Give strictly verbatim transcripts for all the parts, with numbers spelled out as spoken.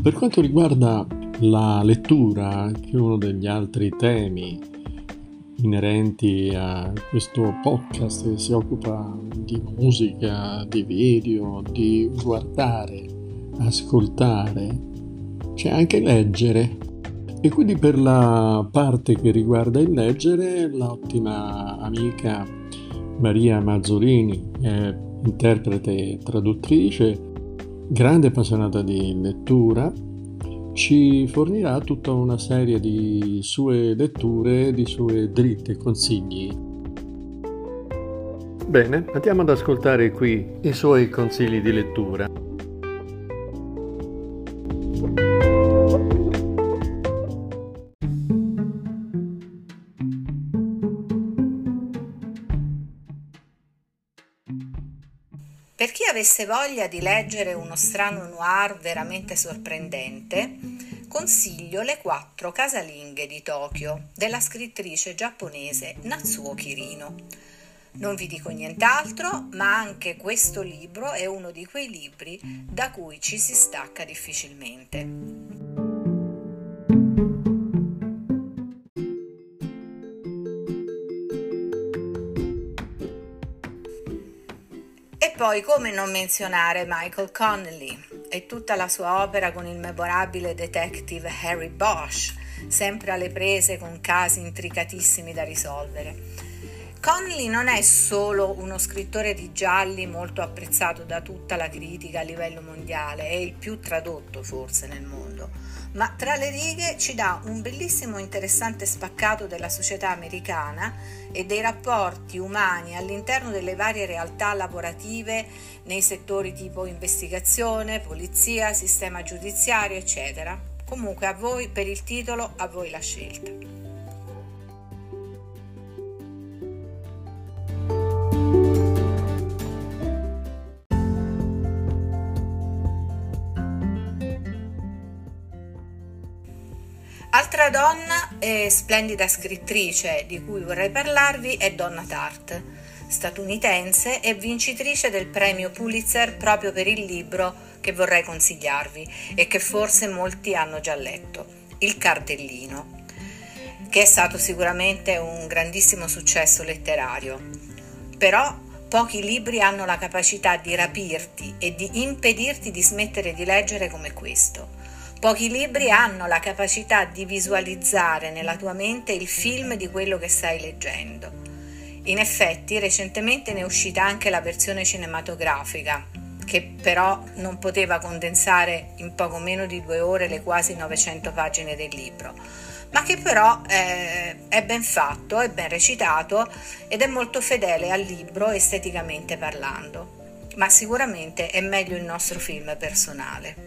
Per quanto riguarda la lettura, che è uno degli altri temi inerenti a questo podcast che si occupa di musica, di video, di guardare, ascoltare, c'è anche leggere. E quindi per la parte che riguarda il leggere, l'ottima amica Maria Mazzolini, è interprete e traduttrice, grande appassionata di lettura, ci fornirà tutta una serie di sue letture, di sue dritte e consigli. Bene, andiamo ad ascoltare qui i suoi consigli di lettura. Per chi avesse voglia di leggere uno strano noir veramente sorprendente, consiglio Le quattro casalinghe di Tokyo della scrittrice giapponese Natsuo Kirino. Non vi dico nient'altro, ma anche questo libro è uno di quei libri da cui ci si stacca difficilmente. E poi come non menzionare Michael Connelly e tutta la sua opera con il memorabile detective Harry Bosch, sempre alle prese con casi intricatissimi da risolvere. Connelly non è solo uno scrittore di gialli molto apprezzato da tutta la critica a livello mondiale, è il più tradotto forse nel mondo, ma tra le righe ci dà un bellissimo e interessante spaccato della società americana e dei rapporti umani all'interno delle varie realtà lavorative nei settori tipo investigazione, polizia, sistema giudiziario, eccetera. Comunque a voi, per il titolo, a voi la scelta. Altra donna e splendida scrittrice di cui vorrei parlarvi è Donna Tartt, statunitense e vincitrice del premio Pulitzer proprio per il libro che vorrei consigliarvi e che forse molti hanno già letto, Il Cardellino, che è stato sicuramente un grandissimo successo letterario. Però pochi libri hanno la capacità di rapirti e di impedirti di smettere di leggere come questo. Pochi libri hanno la capacità di visualizzare nella tua mente il film di quello che stai leggendo. In effetti, recentemente ne è uscita anche la versione cinematografica, che però non poteva condensare in poco meno di due ore le quasi novecento pagine del libro, ma che però eh, è ben fatto, è ben recitato ed è molto fedele al libro esteticamente parlando. Ma sicuramente è meglio il nostro film personale.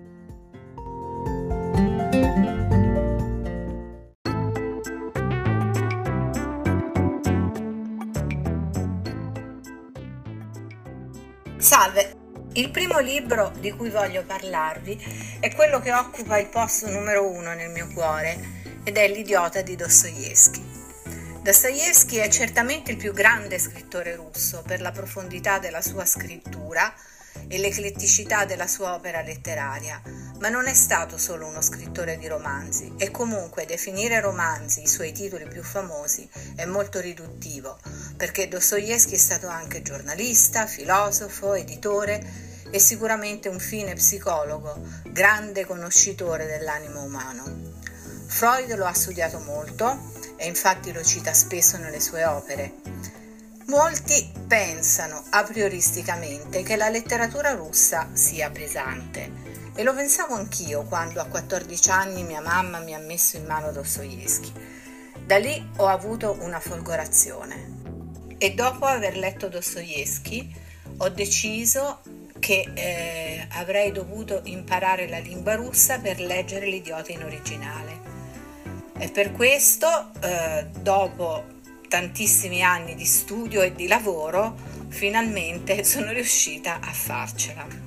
Salve, il primo libro di cui voglio parlarvi è quello che occupa il posto numero uno nel mio cuore ed è L'idiota di Dostoevskij. Dostoevskij è certamente il più grande scrittore russo per la profondità della sua scrittura e l'ecletticità della sua opera letteraria, ma non è stato solo uno scrittore di romanzi e comunque definire romanzi i suoi titoli più famosi è molto riduttivo, perché Dostoevskij è stato anche giornalista, filosofo, editore e sicuramente un fine psicologo, grande conoscitore dell'animo umano. Freud lo ha studiato molto e infatti lo cita spesso nelle sue opere. Molti pensano a prioristicamente che la letteratura russa sia pesante e lo pensavo anch'io quando a quattordici anni mia mamma mi ha messo in mano Dostoevskij. Da lì ho avuto una folgorazione e dopo aver letto Dostoevskij ho deciso che eh, avrei dovuto imparare la lingua russa per leggere L'idiota in originale. E per questo, eh, dopo tantissimi anni di studio e di lavoro, finalmente sono riuscita a farcela.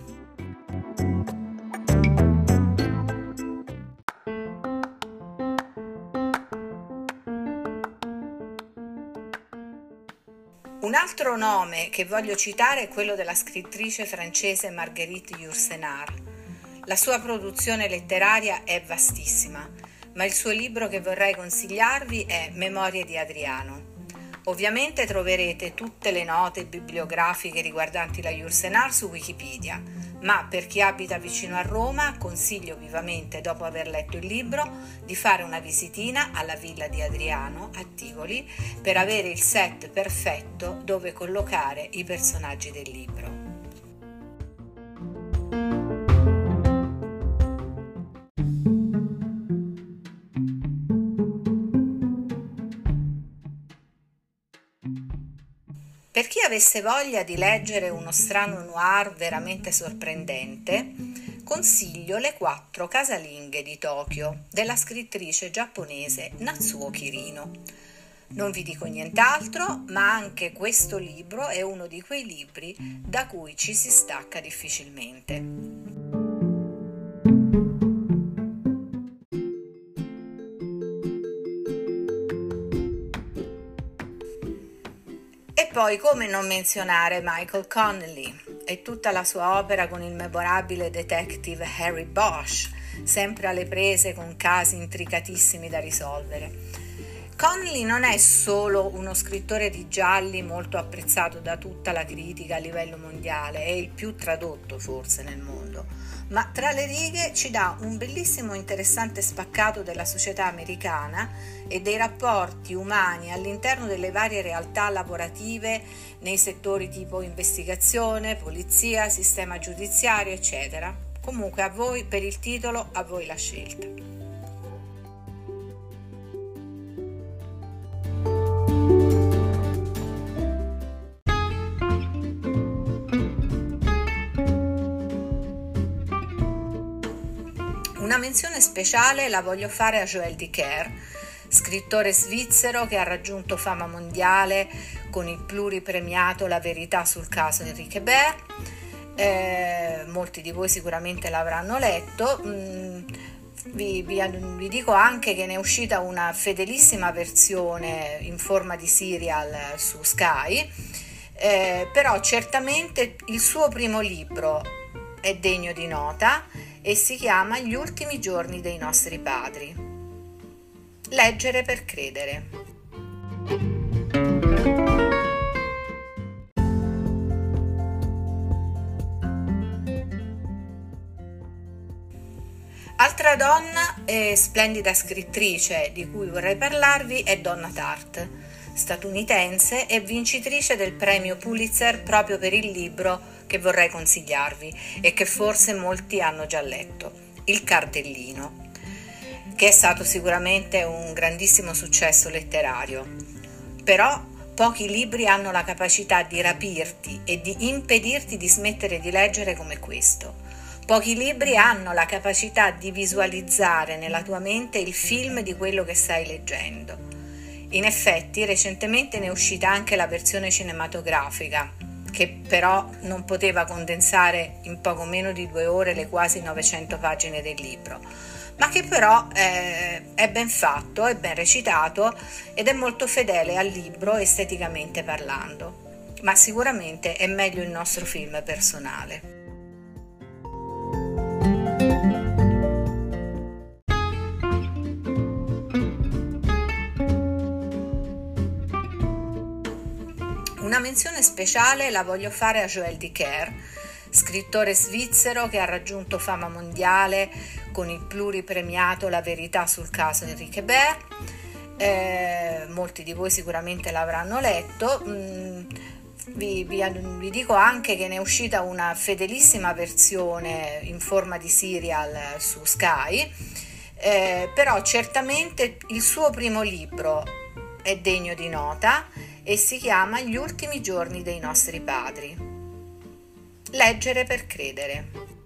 Un altro nome che voglio citare è quello della scrittrice francese Marguerite Yourcenar. La sua produzione letteraria è vastissima, ma il suo libro che vorrei consigliarvi è Memorie di Adriano. Ovviamente troverete tutte le note bibliografiche riguardanti la Yourcenar su Wikipedia, ma per chi abita vicino a Roma consiglio vivamente, dopo aver letto il libro, di fare una visitina alla villa di Adriano a Tivoli per avere il set perfetto dove collocare i personaggi del libro. Per chi avesse voglia di leggere uno strano noir veramente sorprendente, consiglio Le quattro casalinghe di Tokyo della scrittrice giapponese Natsuo Kirino. Non vi dico nient'altro, ma anche questo libro è uno di quei libri da cui ci si stacca difficilmente. E poi come non menzionare Michael Connelly e tutta la sua opera con il memorabile detective Harry Bosch, sempre alle prese con casi intricatissimi da risolvere. Connelly non è solo uno scrittore di gialli molto apprezzato da tutta la critica a livello mondiale, è il più tradotto forse nel mondo, ma tra le righe ci dà un bellissimo e interessante spaccato della società americana e dei rapporti umani all'interno delle varie realtà lavorative nei settori tipo investigazione, polizia, sistema giudiziario, eccetera. Comunque a voi, per il titolo, a voi la scelta. Una menzione speciale la voglio fare a Joël Dicker, scrittore svizzero che ha raggiunto fama mondiale con il pluripremiato La verità sul caso Enrique Hébert. Eh, molti di voi sicuramente l'avranno letto. Mm, vi, vi, vi dico anche che ne è uscita una fedelissima versione in forma di serial su Sky, eh, però certamente il suo primo libro è degno di nota e si chiama Gli ultimi giorni dei nostri padri. Leggere per credere. Altra donna e splendida scrittrice di cui vorrei parlarvi è Donna Tartt, statunitense e vincitrice del premio Pulitzer proprio per il libro che vorrei consigliarvi e che forse molti hanno già letto, Il Cardellino, che è stato sicuramente un grandissimo successo letterario. Però pochi libri hanno la capacità di rapirti e di impedirti di smettere di leggere come questo. Pochi libri hanno la capacità di visualizzare nella tua mente il film di quello che stai leggendo. In effetti, recentemente ne è uscita anche la versione cinematografica, che però non poteva condensare in poco meno di due ore le quasi novecento pagine del libro, ma che però eh, è ben fatto, è ben recitato ed è molto fedele al libro esteticamente parlando, ma sicuramente è meglio il nostro film personale. Una menzione speciale la voglio fare a Joël Dicker, scrittore svizzero che ha raggiunto fama mondiale con il pluripremiato La verità sul caso Enrique Hébert. Eh, molti di voi sicuramente l'avranno letto. Mm, vi, vi, vi dico anche che ne è uscita una fedelissima versione in forma di serial su Sky, eh, però certamente il suo primo libro è degno di nota e si chiama Gli ultimi giorni dei nostri padri. Leggere per credere.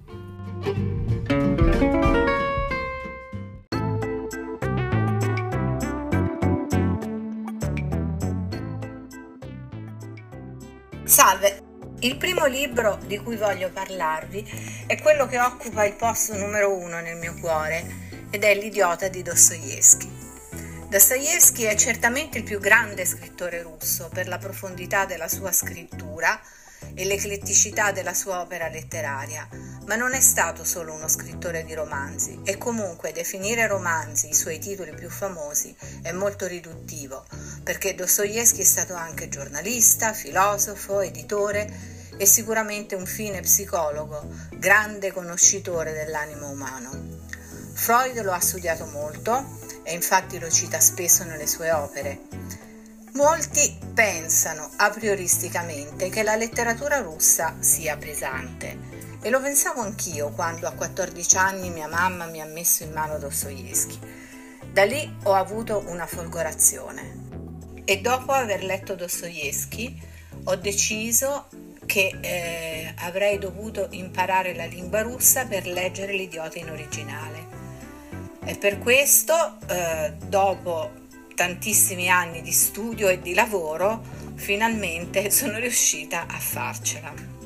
Salve! Il primo libro di cui voglio parlarvi è quello che occupa il posto numero uno nel mio cuore ed è L'idiota di Dostoevskij. Dostoevskij è certamente il più grande scrittore russo per la profondità della sua scrittura e l'ecletticità della sua opera letteraria, ma non è stato solo uno scrittore di romanzi, e comunque definire romanzi i suoi titoli più famosi è molto riduttivo, perché Dostoevskij è stato anche giornalista, filosofo, editore e sicuramente un fine psicologo, grande conoscitore dell'animo umano. Freud lo ha studiato molto e infatti lo cita spesso nelle sue opere. Molti pensano a prioristicamente che la letteratura russa sia pesante, e lo pensavo anch'io quando a quattordici anni mia mamma mi ha messo in mano Dostoevskij. Da lì ho avuto una folgorazione e dopo aver letto Dostoevskij ho deciso che eh, avrei dovuto imparare la lingua russa per leggere L'idiota in originale. E per questo, eh, dopo tantissimi anni di studio e di lavoro, finalmente sono riuscita a farcela.